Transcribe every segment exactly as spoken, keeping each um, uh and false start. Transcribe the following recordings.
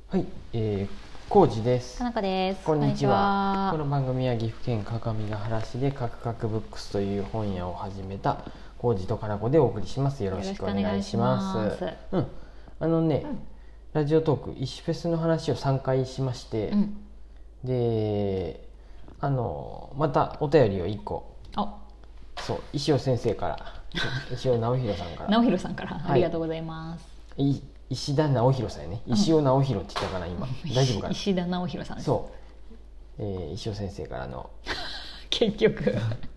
はい、えー、コウジです。 かなこです。 こんにちは。ここんにちは。 の番組は岐阜県各務原市でカクカクブックスという本屋を始めたコウジとかなこでお送りします。よろしくお願いします。うん、あのね、うん、ラジオトーク石フェスの話をさんかいしまして、うん、で、あのまたお便りをいっこ、あ、そう石尾先生から石尾直弘さんから直弘さんから、はい、ありがとうございます。 い石田直弘さんやね、石尾直弘って言ったかな、今大丈夫かな。 石田直弘さんです。 そう、えー、石尾先生からの結局、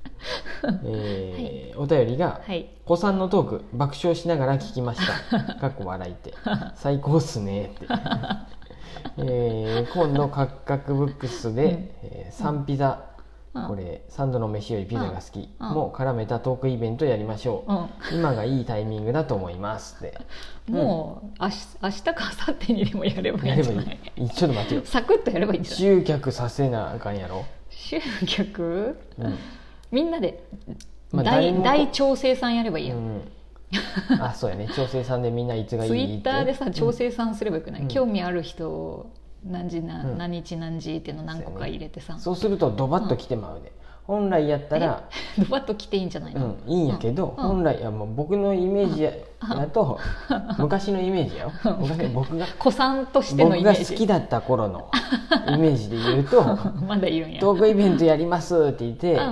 えーはい、お便りが、はい、子さんのトーク爆笑しながら聞きましたかっこ笑いって最高っすねってえー、今度カクカクブックスで、うん、えー、サンピザ、うん、これ三度の飯よりピザが好き、うん、も絡めたトークイベントやりましょう、うん、今がいいタイミングだと思いますって。 もう、うん、明日、明日か明後日にでもやればいいんじゃない？ いい、ちょっと待ってよ、 サクッとやればいいんじゃない？ 集客させなあかんやろ。 集客、うん、みんなで、まあ、大, 大調整さんやればいいよ、うん、 あ、そうやね、調整さんでみんないつがいいってツイッターでさ調整さんすればよくない、 うん、 興味ある人何時な、うん、何日何時っていうの何個か入れてさ、 そう、ね、そうするとドバッと来てまうで、うん、本来やったらドバッと来ていいんじゃないの、 うん、いいんやけど、うん、本来やもう僕のイメージや、うん、やと昔のイメージやよ僕が子さんとしてのイメージ、 僕が好きだった頃のイメージで言うとまだいるんや、 トークイベントやりますって言って、うん、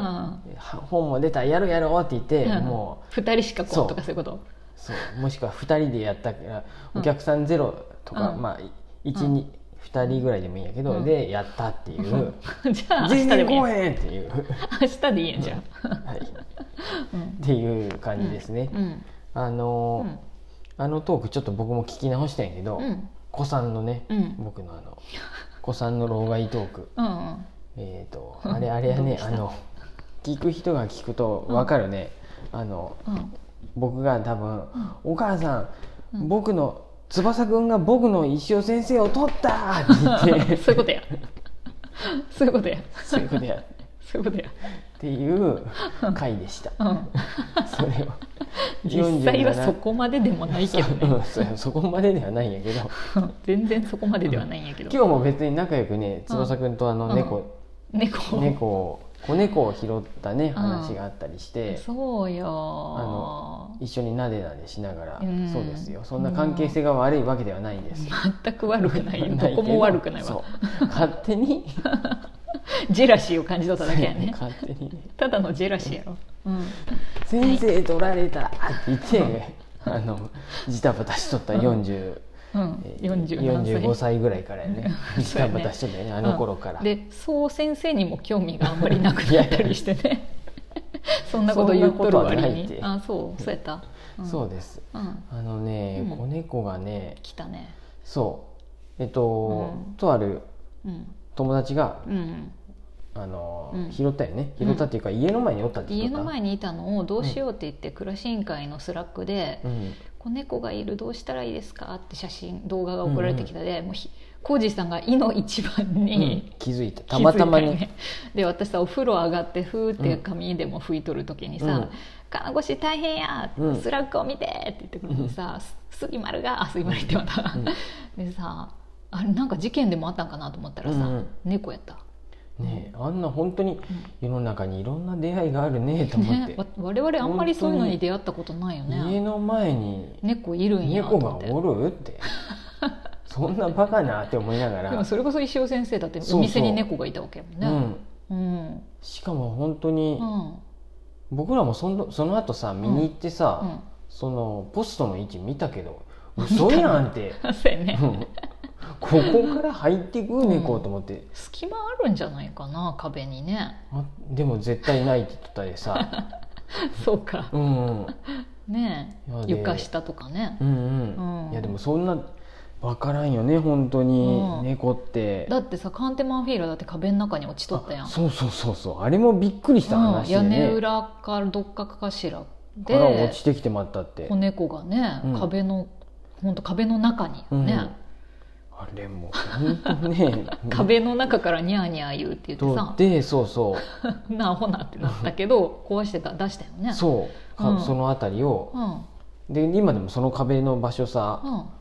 本も出たらやろうやろうって言って、うん、もうふたりしか来んとかそういうこと、 そうもしくはふたりでやったからお客さんゼロとか、うん、まあいち、に、ふたりぐらいでもいいんやけど、うん、でやったっていう、うん、じゃあ全然来へんっていう明日でいいやんじゃあ、 はい、うん、っていう感じですね、うん、あの、うん、あのトークちょっと僕も聞き直したんやけど、うん、子さんのね、うん、僕のあの子さんの老害トーク、うんうん、えっ、ー、とあれあれやね、あの聞く人が聞くと分かるね、うん、あの、うん、僕が多分、うん、お母さん、うん、僕の翼くんが僕の石尾先生を取ったって言ってそういうことやそういうことやそういうことやそういうことやっていう回でした、うん、それを実際はそこまででもないけどねそ, そ, そこまでではないんやけど全然そこまでではないんやけど、 うん、今日も別に仲良くね翼くんとあの猫、うん、猫猫を子猫を拾ったね話があったりして、 うん、そうよ、 あの一緒になでなでしながら、うん、そうですよ、そんな関係性が悪いわけではないんです、 全く悪くないどこも悪くないわ、 そう勝手にジェラシーを感じ取っただけやね勝手にね、 ただのジェラシーやろ、うん、 先生取られたって言って、はい、あのジタバタしとったよんじゅう、うん、よんじゅうごさいぐらいからやね、ジタバタしとったよね、あの頃から、 うん、でそう先生にも興味があんまりなくなったりしてねそんなこと言っとる割に、あ、そうそうやった、 うん、そうです、うん、あのね、うん、子猫がね来たね、 そうえっと、うん、とある友達が、うん、あの、うん、拾ったよね、拾ったっていうか、うん、家の前におったって言った、 家の前にいたのをどうしようって言って、うん、暮らし委員会のスラックで、うん、子猫がいる、どうしたらいいですかって写真動画が送られてきたで、うんうん、もう浩二さんがいの一番に、 うん、気づいた、たまたまに、ね、 で私さお風呂上がってふーって髪でも拭いとる時にさ、うん、金越し大変や、うん、スラックを見てって言ってくるのさ、杉丸が、あ、杉丸ってまた、うん、でさ、あれなんか事件でもあったんかなと思ったらさ、うんうん、猫やったね、あんな本当に世の中にいろんな出会いがあるねと思って、ね、 我々あんまりそういうのに出会ったことないよね。 家の前に猫いるんや猫がおるってそんなバカなって思いながら、 でもそれこそ石尾先生だってお店に猫がいたわけやもんね。 うんうん、しかも本当に、うん、僕らもその、その後さ見に行ってさ、うんうん、そのポストの位置見たけど嘘やんってそうやねここから入っていく猫と思って、うん、 隙間あるんじゃないかな壁にね。 あでも絶対ないって言ってたでさそうか、うん、ねえ床下とかね、うんうんうん、いやでもそんな分からんよね本当に、うん、猫ってだってさカンテマンフィーラだって壁の中に落ちとったやん。 そうそうそうそう、あれもびっくりした話でね、 うん、屋根裏かどっかかしらでから落ちてきてまったって子猫がね、うん、壁の本当壁の中にね、うんあれも本当ね壁の中からニャーニャー言うって言ってさでそうそうなあほなってなったけど壊してた出したよね。 そう、うん、その辺りを、うん、で今でもその壁の場所さ、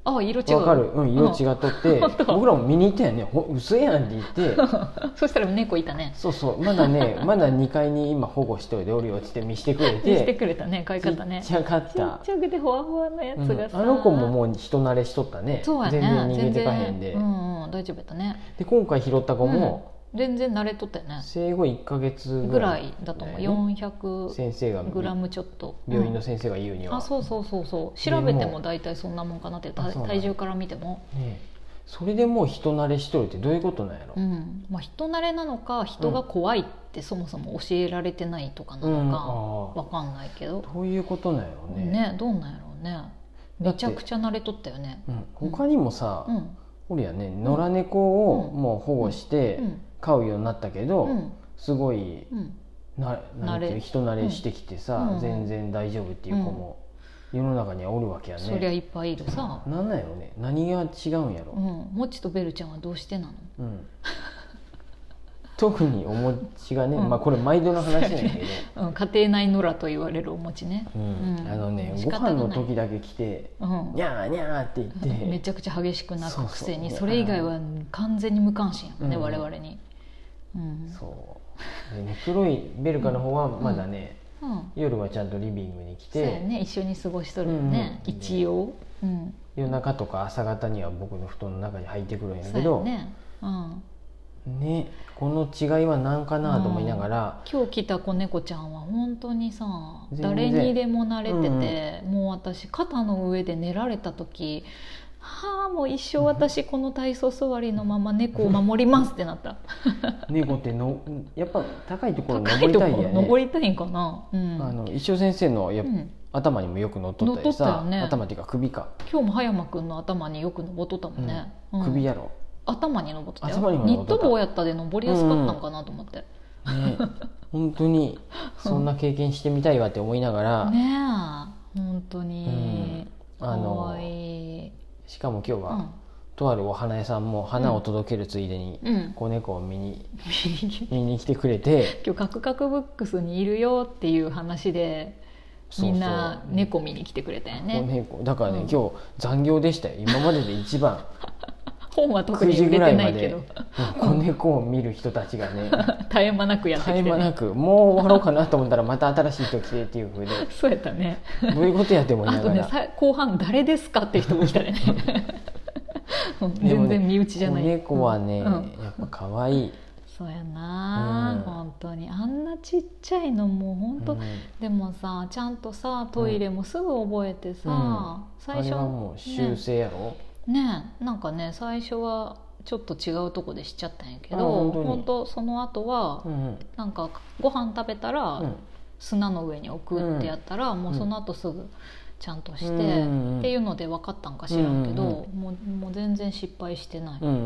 あ色違うわかる、うん、色違っとって、うん、僕らも見に行ったよね。嘘やんって言ってそしたら猫いたね。 そうそう、まだねまだにかいに今保護しといておるよって見してくれて見してくれたね。可愛かったね。 ちっちゃかった。ちっちゃくてふわふわのやつがさ、 うん、あの子ももう人慣れしとったね。 そうやね、 全然逃げてかへんで、 うんうん、大丈夫やったね。 で今回拾った子も、 うん、全然慣れとったよね。 生後いっかげつぐらいだと思う。よんひゃくグラムちょっと病院の先生が言うには、うん、 あそうそうそうそう、調べても大体そんなもんかなって、体重から見ても、 ね、それでもう人慣れしとるってどういうことなんやろ、 うんまあ、人慣れなのか人が怖いってそもそも教えられてないとかなのか分かんないけど、 どういうことなんやろうね。 ね、どうなんやろうね。めちゃくちゃ慣れとったよね、 うん、他にもさ、うん、おるやね、野良猫をもう保護して飼うようになったけど、うん、すごい、うん、ななんていう人慣れしてきてさ、うん、全然大丈夫っていう子も世の中にはおるわけやね。 そりゃいっぱいいるさ。 なんなんやろね、何が違うんやろ、 うん、もちとベルちゃんはどうしてなの、うん、 特にお餅がね、うん、まあこれ毎度の話なんやけど、 うん、家庭内野良と言われるお餅ね、 うんうん、あのね、ご飯の時だけ来て、うん、ニャーニャーって言ってめちゃくちゃ激しく鳴くくせに、そうそう、それ以外は完全に無関心やもんね、うん、我々に、うん、 そうで、ね、黒いベルカの方はまだね、うんうん、夜はちゃんとリビングに来て、 そうやね、一緒に過ごしとるよね、うんうん、一応、うん、 夜中とか朝方には僕の布団の中に入ってくるんやけど、ね、うんね、この違いは何かなと思いながら、 うん、今日来た子猫ちゃんは本当にさ誰にでも慣れてて、うん、もう私肩の上で寝られた時、はあもう一生私この体操座りのまま猫を守りますってなった猫ってのやっぱ高いところ登りたいんやね。 登りたいんかな、うん、 あの一生先生のや、うん、頭にもよく乗っとったりさ、ね、頭っていうか首か、 今日も葉山くんの頭によく登っとったもんね、 うんうん、首やろ、 頭に登ってたよ。ニット帽やったで登りやすかったんかなと思って、 うんね、本当にそんな経験してみたいわって思いながらねえ本当に、うん、あのかわいい。 しかも今日は、うん、とあるお花屋さんも花を届けるついでに、うん、子猫を見に、うん、見に来てくれて、 今日カクカクブックスにいるよっていう話でみんな猫見に来てくれたよね。 猫だからね、うん、今日残業でしたよ。今までで一番本は特に売れてないけど子猫を見る人たちがね絶え間なくやってきて、ね、 絶え間なくもう終わろうかなと思ったらまた新しい人来てっていう風でそうやったね。 どういうことやって思いながら、 あとね、後半誰ですかって人も来たね全然身内じゃない。 子猫はね、うん、やっぱ可愛い。 そうやな、うん、本当にあんなちっちゃいのも本当、うん、でもさちゃんとさトイレもすぐ覚えてさ、うん、最初あれはもう修正やろ、ねね、なんかね最初はちょっと違うとこでしちゃったんやけど、本当その後は、うん、なんかご飯食べたら、うん、砂の上に置くってやったら、うん、もうその後すぐちゃんとして、うん、っていうので分かったんか知らんけど、うん、もう、もう全然失敗してない、うんうん、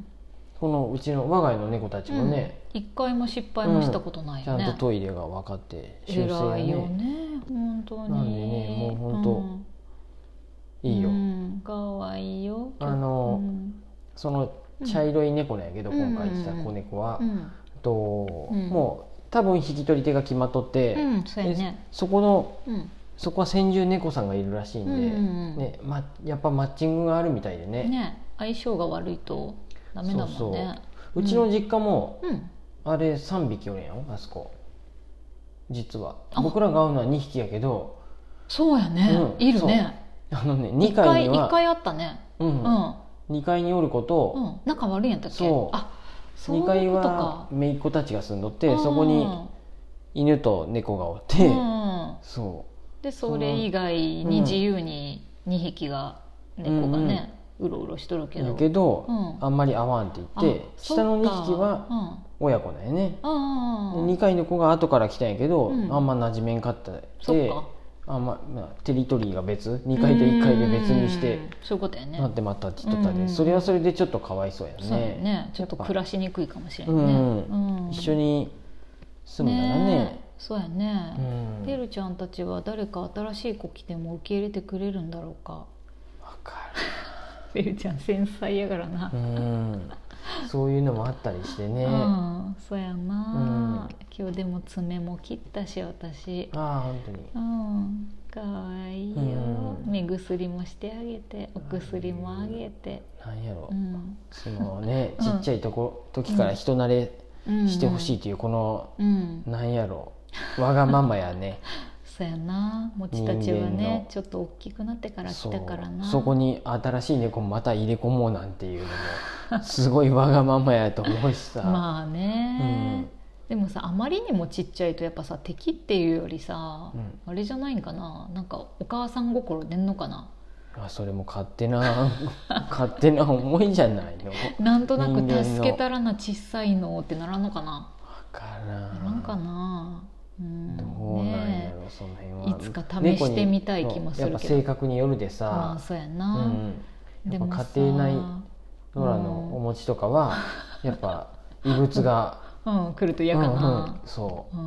このうちの我が家の猫たちもね、 うん、一回も失敗もしたことないよね、 ちゃんとトイレが分かって修正やね。 偉いよね本当に。 なんでねもう本当、うんいいよ、うん、 かわいいよ。 あの、うん、その茶色い猫なんやけど、うん、今回来た子猫は、うん、とうん、もう多分引き取り手が決まっとって、うん そうやね、そこの、うん、そこは先住猫さんがいるらしいんで、うんうんうんねま、やっぱマッチングがあるみたいで ね, ね相性が悪いとダメだもんね。そうそううちの実家も、うん、あれさんびきおるんやよあそこ実は。僕らが会うのはにひきやけど。 そうやね、うん、いるね。 あのね、にかいにはいっかいあったね、うんうん、 にかいにおる子と、 うん、仲悪いんやったっけ。 そうあそういうことか。にかいは姪っ子たちが住んどって、そこに犬と猫がおって、うん、そうでそれ以外に自由ににひきが猫がね、うんうん、うろうろしとるけどだけど、うん、あんまり合わんって言って下のにひきは親子だよね、うん、にかいの子が後から来たんやけど、うん、あんま馴染めんかったで、あまあ、テリトリーが別にかいといっかいで別にしてそういうことやねなってまったって言っとったで、それはそれでちょっとかわいそうやね。 そうやねちょっと暮らしにくいかもしれないね、うんうん、一緒に住むなら ね, ねそうやね、うん、てるちゃんたちは誰か新しい子来ても受け入れてくれるんだろうか。 わかるてるちゃん繊細やからな、 うんそういうのもあったりしてね、うん、 そうやな、うん、今日でも爪も切ったし私。 ああ本当に、 うん、 かわいいよ、うん、目薬もしてあげてお薬もあげて、 なんやろ、うん、そのねちっちゃいとこ、うん、時から人慣れしてほしいっていうこの、うん、なんやろわがままやねそうやな、もちたちはねちょっと大きくなってから来たからな。 そ, そこに新しい猫もまた入れ込もうなんていうのもすごいわがままやと思うしさまあね、うん、でもさあまりにもちっちゃいとやっぱさ敵っていうよりさ、うん、あれじゃないんかな、なんかお母さん心出んのかな。 あ、それも勝手な勝手な思いじゃないのなんとなく助けたらな小さいのってならんのかな。 分からん、 ならんかな、うん、 どうなんやろ、ね、その辺はいつか試してみたい気もするけど、 やっぱ性格によるでさ、 まあそうやな、 うん、やっぱ家庭内ノラのお餅とかは、うん、やっぱ異物が、 うん、来ると嫌かな、 うんうん、そう、 うん、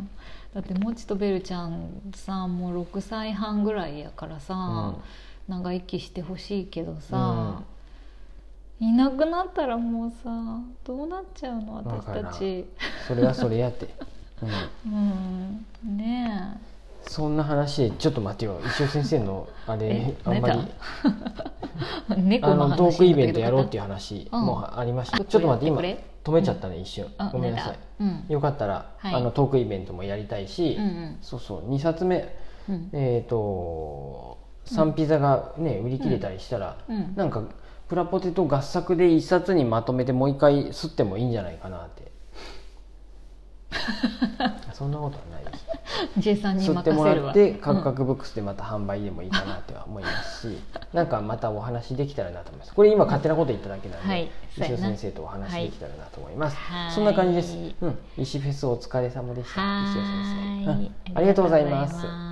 だってもちとベルちゃんさもうろくさいはんぐらいやからさ、うん、長生きしてほしいけどさ、うん、いなくなったらもうさどうなっちゃうの私たち。 それはそれやってうんうん、ねえ、そんな話でちょっと待ってよ、石尾先生のあれあんまり猫の話あのトークイベントやろうっていう話もありました、うん、ちょっと待って今止めちゃったね、うん、一瞬ごめんなさい、うん、よかったら、はい、あのトークイベントもやりたいし、うんうん、そうそうにさつめ、うん、えっ、ー、とさんピザがね売り切れたりしたら、うん、なんかプラポテと合作でいっさつにまとめてもう一回吸ってもいいんじゃないかなってそんなことはないです。 J さんに任せるわ。 吸ってもらってカクカクブックスでまた販売でもいいかなとは思いますし、うん、なんかまたお話できたらなと思います。これ今勝手なこと言っただけなので、はい、石尾先生とお話できたらなと思います、はい、そんな感じです、うん、石フェスお疲れ様でした。石尾先生、うん、ありがとうございます。